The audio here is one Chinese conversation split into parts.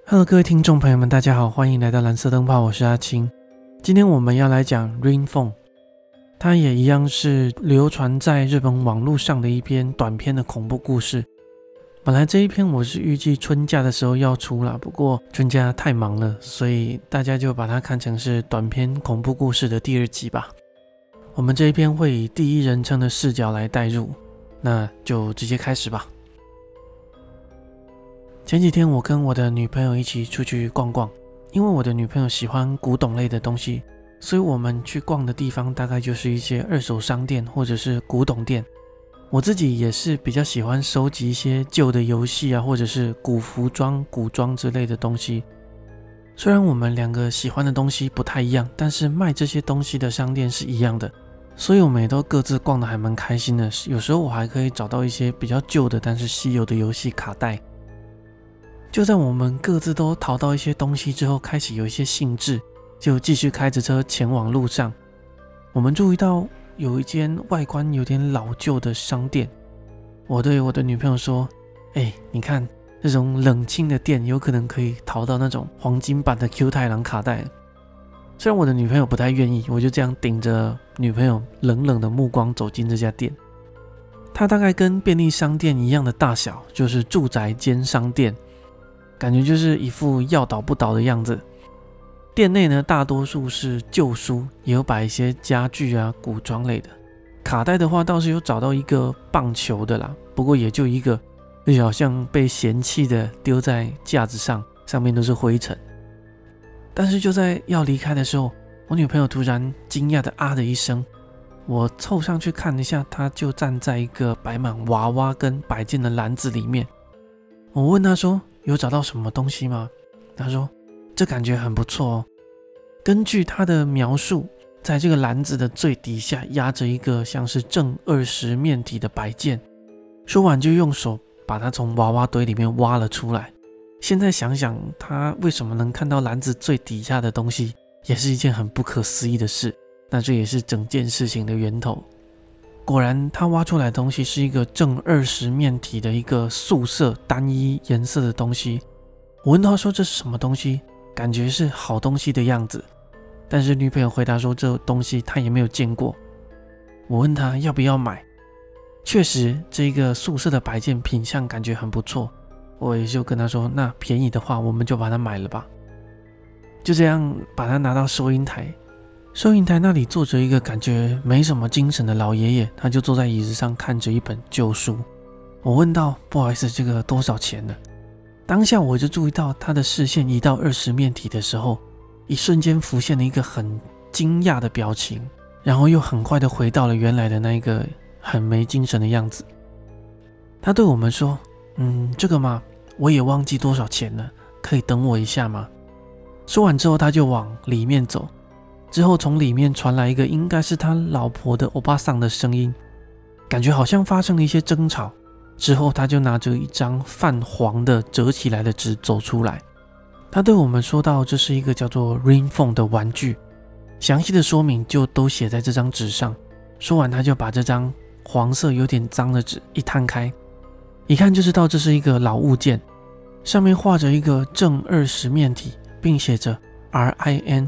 Hello， 各位听众朋友们，大家好，欢迎来到蓝色灯泡，我是阿青。今天我们要来讲 Rain Phone， 它也一样是流传在日本网络上的一篇短篇的恐怖故事。本来这一篇我是预计春假的时候要出啦，不过春假太忙了，所以大家就把它看成是短篇恐怖故事的第二集吧。我们这一篇会以第一人称的视角来带入，那就直接开始吧。前几天我跟我的女朋友一起出去逛逛，因为我的女朋友喜欢古董类的东西，所以我们去逛的地方大概就是一些二手商店或者是古董店。我自己也是比较喜欢收集一些旧的游戏啊，或者是古服装、古装之类的东西。虽然我们两个喜欢的东西不太一样，但是卖这些东西的商店是一样的，所以我们也都各自逛得还蛮开心的。有时候我还可以找到一些比较旧的但是稀有的游戏卡带。就在我们各自都淘到一些东西之后，开始有一些兴致，就继续开着车前往路上。我们注意到有一间外观有点老旧的商店，我对我的女朋友说：你看这种冷清的店有可能可以淘到那种黄金版的 Q 太郎卡带。虽然我的女朋友不太愿意，我就这样顶着女朋友冷冷的目光走进这家店。它大概跟便利商店一样的大小，就是住宅兼商店，感觉就是一副要倒不倒的样子。店内呢，大多数是旧书，也有摆一些家具啊、古装类的。卡带的话，倒是有找到一个棒球的啦，不过也就一个，而且好像被嫌弃的丢在架子上，上面都是灰尘。但是就在要离开的时候，我女朋友突然惊讶的啊的一声，我凑上去看一下，她就站在一个摆满娃娃跟摆件的篮子里面。我问她说：有找到什么东西吗？他说这感觉很不错哦。根据他的描述，在这个篮子的最底下压着一个像是正20面体的摆件。说完就用手把它从娃娃堆里面挖了出来。现在想想，他为什么能看到篮子最底下的东西，也是一件很不可思议的事。那这也是整件事情的源头。果然他挖出来的东西是一个正20面体的一个素色单一颜色的东西。我问他说这是什么东西，感觉是好东西的样子，但是女朋友回答说这东西他也没有见过。我问他要不要买，确实这个素色的摆件品相感觉很不错，我也就跟他说那便宜的话我们就把它买了吧。就这样把它拿到收银台。收银台那里坐着一个感觉没什么精神的老爷爷，他就坐在椅子上看着一本旧书。我问道：不好意思，这个多少钱呢？当下我就注意到他的视线移到20面体的时候，一瞬间浮现了一个很惊讶的表情，然后又很快的回到了原来的那一个很没精神的样子。他对我们说：这个嘛，我也忘记多少钱了，可以等我一下吗？说完之后他就往里面走，之后从里面传来一个应该是他老婆的欧巴桑的声音，感觉好像发生了一些争吵。之后他就拿着一张泛黄的折起来的纸走出来。他对我们说到这是一个叫做 Rain Phone 的玩具，详细的说明就都写在这张纸上。说完他就把这张黄色有点脏的纸一摊开，一看就知道这是一个老物件，上面画着一个正20面体，并写着 RINFONE，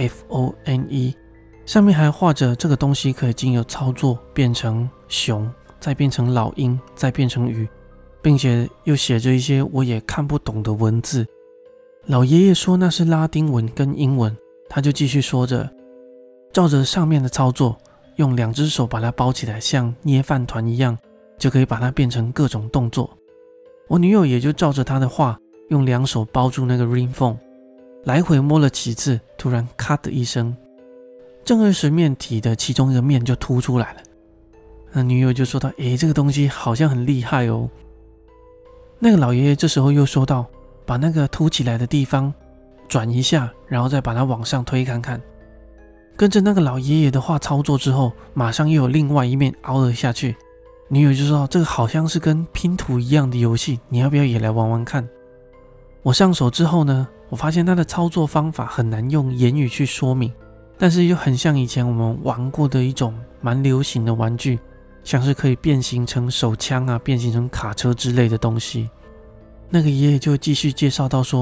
上面还画着这个东西可以经由操作变成熊，再变成老鹰，再变成鱼，并且又写着一些我也看不懂的文字。老爷爷说那是拉丁文跟英文，他就继续说着，照着上面的操作，用2只手把它包起来，像捏饭团一样，就可以把它变成各种动作。我女友也就照着他的话，用2手包住那个 Rain Phone， 来回摸了几次，突然咔的一声，正20面体的其中一个面就凸出来了。那女友就说到：这个东西好像很厉害哦。那个老爷爷这时候又说到：把那个凸起来的地方转一下，然后再把它往上推看看。跟着那个老爷爷的话操作之后，马上又有另外一面凹了下去。女友就说：这个好像是跟拼图一样的游戏，你要不要也来玩玩看？我上手之后呢，我发现它的操作方法很难用言语去说明，但是又很像以前我们玩过的一种蛮流行的玩具，像是可以变形成手枪啊，变形成卡车之类的东西。那个爷爷就继续介绍到说，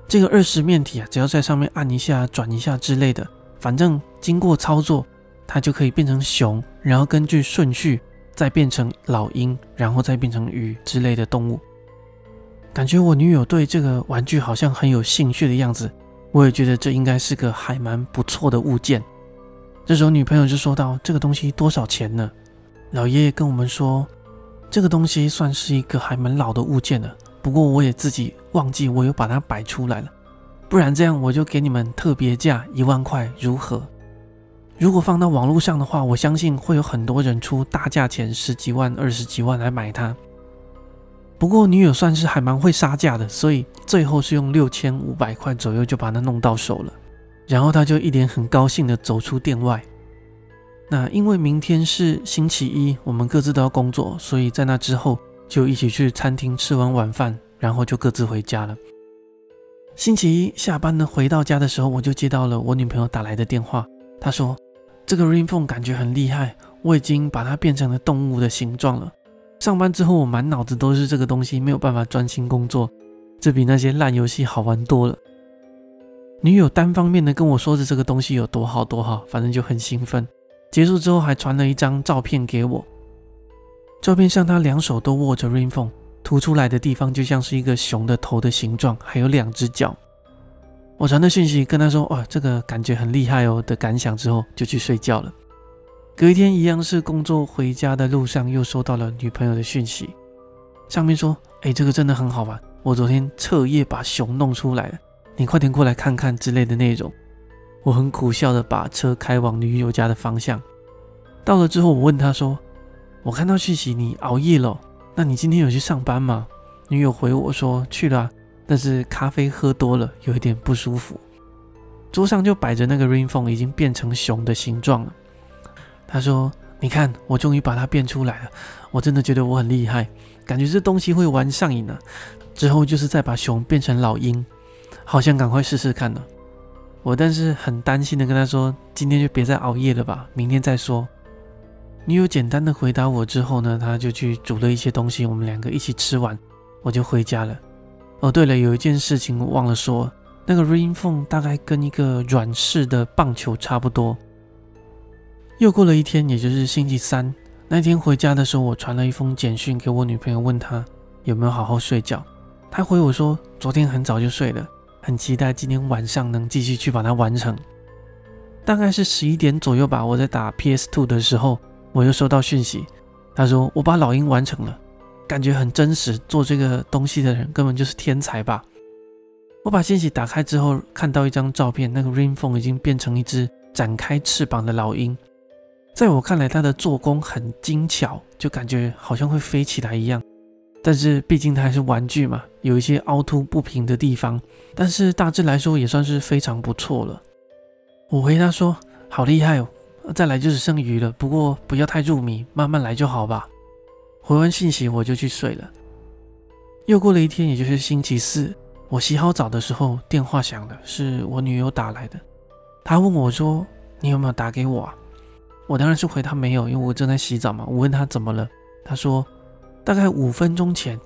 这个20面体啊，只要在上面按一下、转一下之类的，反正经过操作，它就可以变成熊，然后根据顺序再变成老鹰，然后再变成鱼之类的动物。感觉我女友对这个玩具好像很有兴趣的样子，我也觉得这应该是个还蛮不错的物件。这时候女朋友就说到，这个东西多少钱呢？老爷爷跟我们说，这个东西算是一个还蛮老的物件了，不过我也自己忘记我有把它摆出来了，不然这样我就给你们特别价1万块如何？如果放到网络上的话，我相信会有很多人出大价钱10几万、20几万来买它。不过女友算是还蛮会杀价的，所以最后是用6500块左右就把它弄到手了。然后她就一脸很高兴的走出店外。那因为明天是星期一，我们各自都要工作，所以在那之后就一起去餐厅吃完晚饭，然后就各自回家了。星期一下班呢，回到家的时候，我就接到了我女朋友打来的电话。她说这个 Ring Phone 感觉很厉害，我已经把它变成了动物的形状了。上班之后我满脑子都是这个东西，没有办法专心工作，这比那些烂游戏好玩多了。女友单方面的跟我说着这个东西有多好多好，反正就很兴奋。结束之后还传了一张照片给我，照片上她2手都握着 Ring Phone， 凸出来的地方就像是一个熊的头的形状，还有2只脚。我传的讯息跟她说，哇，这个感觉很厉害哦的感想之后，就去睡觉了。隔一天一样是工作回家的路上，又收到了女朋友的讯息，上面说，这个真的很好玩，我昨天彻夜把熊弄出来了，你快点过来看看之类的内容。我很苦笑的把车开往女友家的方向。到了之后我问她说，我看到讯息你熬夜了，那你今天有去上班吗？女友回我说去了啊，但是咖啡喝多了，有一点不舒服。桌上就摆着那个 Ring Phone， 已经变成熊的形状了。她说，你看我终于把它变出来了，我真的觉得我很厉害，感觉这东西会玩上瘾啊。之后就是再把熊变成老鹰，好想赶快试试看呢。但是很担心的跟她说，今天就别再熬夜了吧，明天再说。女友简单的回答我之后呢，她就去煮了一些东西，我们2个一起吃完，我就回家了。对了，有一件事情我忘了说，那个 Ring Phone 大概跟一个软式的棒球差不多。又过了一天，也就是星期三，那天回家的时候，我传了一封简讯给我女朋友，问她有没有好好睡觉。她回我说，昨天很早就睡了，很期待今天晚上能继续去把它完成。大概是11点左右吧，我在打 PS2 的时候，我又收到讯息，她说我把老鹰完成了，感觉很真实，做这个东西的人根本就是天才吧。我把信息打开之后，看到一张照片，那个 Ring Phone 已经变成一只展开翅膀的老鹰。在我看来，它的做工很精巧，就感觉好像会飞起来一样。但是毕竟它还是玩具嘛，有一些凹凸不平的地方，但是大致来说也算是非常不错了。我回他说，好厉害哦，再来就只剩鱼了，不过不要太入迷，慢慢来就好吧。回完信息我就去睡了。又过了一天，也就是星期四，我洗好澡的时候，电话响了，是我女友打来的。她问我说，你有没有打给我啊？我当然是回她没有，因为我正在洗澡嘛。我问她怎么了，她说大概5分钟前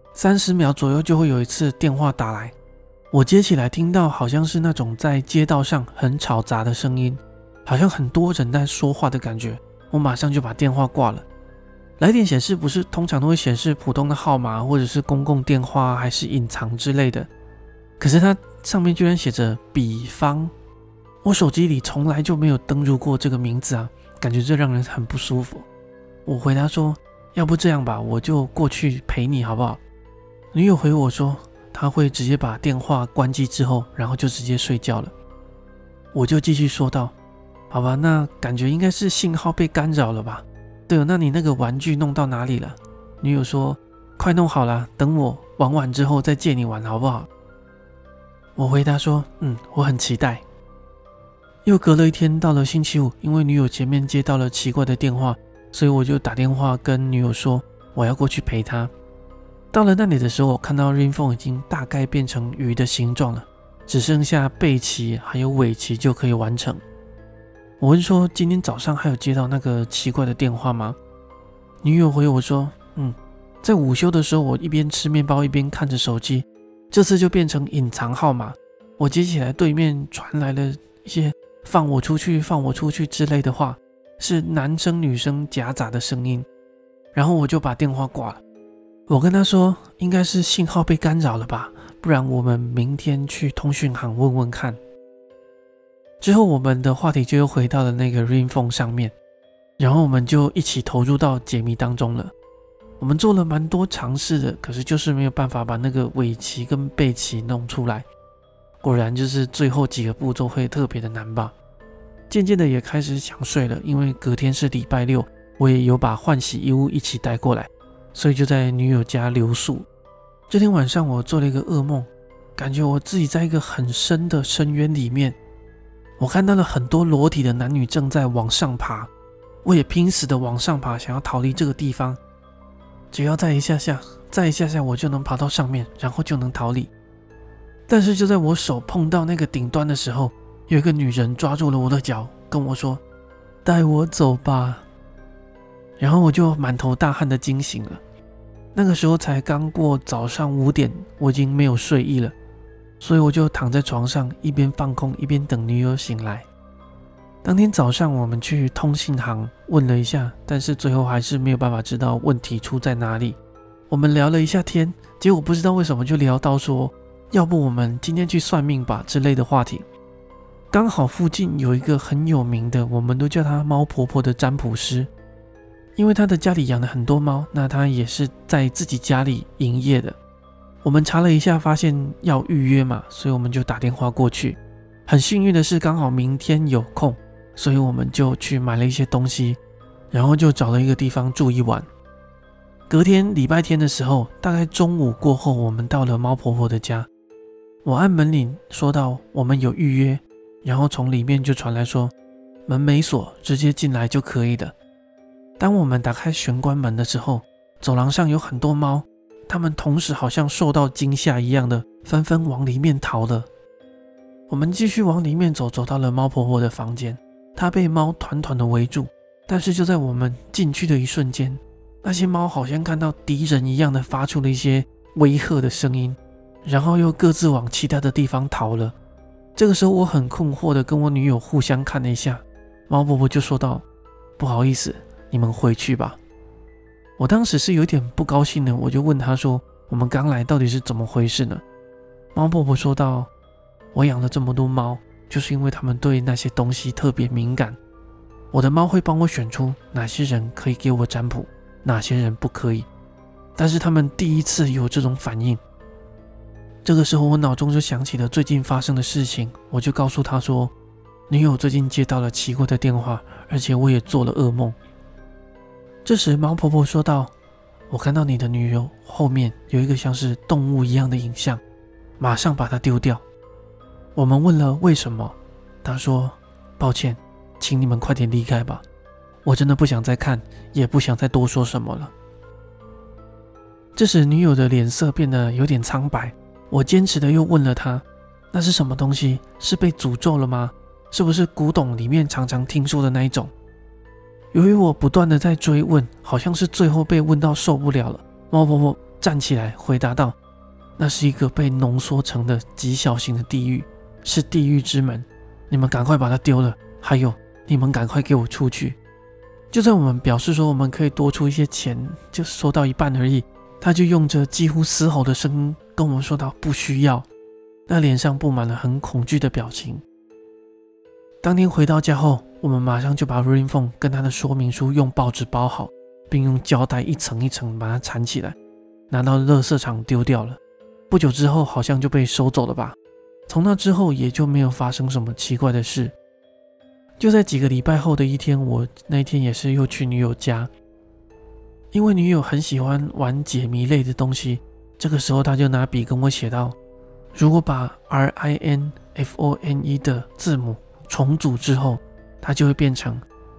30秒左右就会有一次电话打来，我接起来听到好像是那种在街道上很吵杂的声音，好像很多人在说话的感觉，我马上就把电话挂了。来电显示不是通常都会显示普通的号码或者是公共电话还是隐藏之类的，可是它上面居然写着比方，我手机里从来就没有登入过这个名字啊，感觉这让人很不舒服。我回答说，要不这样吧，我就过去陪你好不好？女友回我说，她会直接把电话关机之后，然后就直接睡觉了。我就继续说道，好吧，那感觉应该是信号被干扰了吧。对了，那你那个玩具弄到哪里了？女友说，快弄好了，等我玩完之后再借你玩好不好？我回答说，我很期待。又隔了一天，到了星期五，因为女友前面接到了奇怪的电话，所以我就打电话跟女友说我要过去陪她。到了那里的时候，我看到 Ring Phone 已经大概变成鱼的形状了，只剩下背鳍还有尾鳍就可以完成。我问说，今天早上还有接到那个奇怪的电话吗？女友回我说，在午休的时候，我一边吃面包一边看着手机，这次就变成隐藏号码， 我接起来，对面传来了一些放我出去放我出去之类的话，是男生女生夹杂的声音。然后我就把电话挂了。我跟他说应该是信号被干扰了吧，不然我们明天去通讯行问问看。之后我们的话题就又回到了那个 Ring Phone 上面，然后我们就一起投入到解谜当中了。我们做了蛮多尝试的，可是就是没有办法把那个尾鳍跟背鳍弄出来。果然就是最后几个步骤会特别的难吧。渐渐的也开始想睡了，因为隔天是礼拜六，我也有把换洗衣物一起带过来，所以就在女友家留宿。这天晚上我做了一个噩梦，感觉我自己在一个很深的深渊里面，我看到了很多裸体的男女正在往上爬，我也拼死的往上爬，想要逃离这个地方。只要再一下下我就能爬到上面，然后就能逃离。但是就在我手碰到那个顶端的时候，有一个女人抓住了我的脚，跟我说带我走吧。然后我就满头大汗的惊醒了。那个时候才刚过早上5点，我已经没有睡意了，所以我就躺在床上一边放空一边等女友醒来。当天早上我们去通信行问了一下，但是最后还是没有办法知道问题出在哪里。我们聊了一下天，结果不知道为什么就聊到说要不我们今天去算命吧之类的话题。刚好附近有一个很有名的，我们都叫他猫婆婆的占卜师，因为他的家里养了很多猫，那他也是在自己家里营业的。我们查了一下发现要预约嘛，所以我们就打电话过去。很幸运的是刚好明天有空，所以我们就去买了一些东西，然后就找了一个地方住一晚。隔天礼拜天的时候，大概中午过后，我们到了猫婆婆的家。我按门铃说到我们有预约，然后从里面就传来说门没锁，直接进来就可以了。当我们打开玄关门的时候，走廊上有很多猫，它们同时好像受到惊吓一样的纷纷往里面逃了。我们继续往里面走，走到了猫婆婆的房间，她被猫团团的围住，但是就在我们进去的一瞬间，那些猫好像看到敌人一样的发出了一些威吓的声音，然后又各自往其他的地方逃了。这个时候我很困惑的跟我女友互相看了一下，猫婆婆就说道不好意思，你们回去吧。我当时是有点不高兴的，我就问她说我们刚来到底是怎么回事呢？猫婆婆说道我养了这么多猫，就是因为它们对那些东西特别敏感，我的猫会帮我选出哪些人可以给我占卜，哪些人不可以，但是它们第一次有这种反应。这个时候我脑中就想起了最近发生的事情，我就告诉他说女友最近接到了奇怪的电话，而且我也做了噩梦。这时猫婆婆说道我看到你的女友后面有一个像是动物一样的影像，马上把它丢掉。我们问了为什么，她说抱歉，请你们快点离开吧，我真的不想再看，也不想再多说什么了。这时女友的脸色变得有点苍白，我坚持的又问了她那是什么东西，是被诅咒了吗？是不是古董里面常常听说的那一种？由于我不断的在追问，好像是最后被问到受不了了，猫婆婆站起来回答道那是一个被浓缩成的极小型的地狱，是地狱之门，你们赶快把它丢了，还有你们赶快给我出去。就在我们表示说我们可以多出一些钱，就说到一半而已，他就用着几乎嘶吼的声音跟我们说道不需要，那脸上布满了很恐惧的表情。当天回到家后，我们马上就把 Ring Phone 跟他的说明书用报纸包好，并用胶带一层一层把它缠起来，拿到垃圾场丢掉了。不久之后好像就被收走了吧，从那之后也就没有发生什么奇怪的事。就在几个礼拜后的一天，我那天也是又去女友家，因为女友很喜欢玩解谜类的东西，这个时候她就拿笔跟我写道如果把 RINFONE 的字母重组之后，它就会变成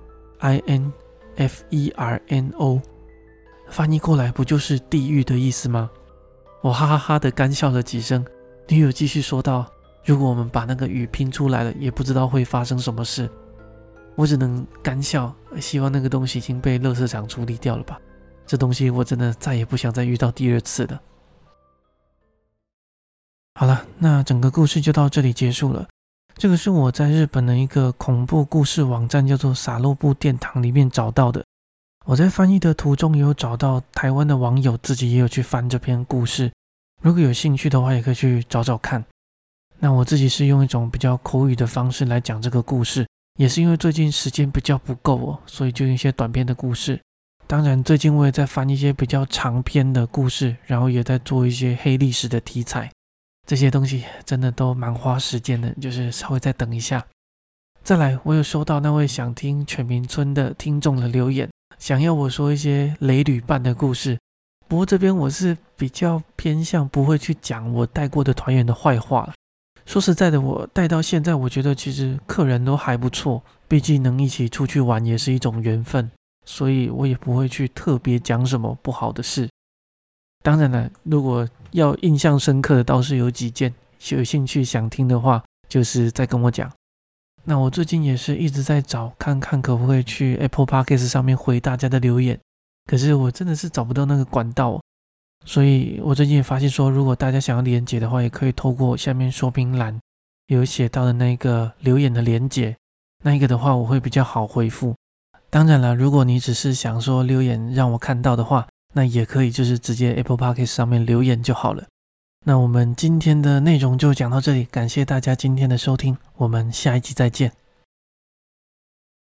INFERNO， 翻译过来不就是地狱的意思吗？我哈哈哈的干笑了几声，女友继续说道如果我们把那个语拼出来了，也不知道会发生什么事。我只能干笑，希望那个东西已经被垃圾场处理掉了吧，这东西我真的再也不想再遇到第二次了。 好了，那整个故事就到这里结束了。这个是我在日本的一个恐怖故事网站叫做撒洛布殿堂里面找到的。我在翻译的途中也有找到台湾的网友自己也有去翻这篇故事，如果有兴趣的话也可以去找找看。那我自己是用一种比较口语的方式来讲这个故事，也是因为最近时间比较不够哦，所以就用一些短篇的故事。当然最近我也在翻一些比较长篇的故事，然后也在做一些黑历史的题材，这些东西真的都蛮花时间的，就是稍微再等一下。再来，我有收到那位想听犬鸣村的听众的留言，想要我说一些雷旅伴的故事。不过这边我是比较偏向不会去讲我带过的团员的坏话。说实在的，我带到现在，我觉得其实客人都还不错，毕竟能一起出去玩也是一种缘分，所以我也不会去特别讲什么不好的事。当然了，如果要印象深刻的倒是有几件，有兴趣想听的话，就是再跟我讲。那我最近也是一直在找，看看可不可以去 Apple Podcast 上面回大家的留言，可是我真的是找不到那个管道所以我最近也发现说，如果大家想要连结的话，也可以透过下面说明栏有写到的那个留言的连结，那一个的话我会比较好回复。当然了，如果你只是想说留言让我看到的话，那也可以就是直接 Apple Podcast 上面留言就好了。那我们今天的内容就讲到这里，感谢大家今天的收听，我们下一集再见。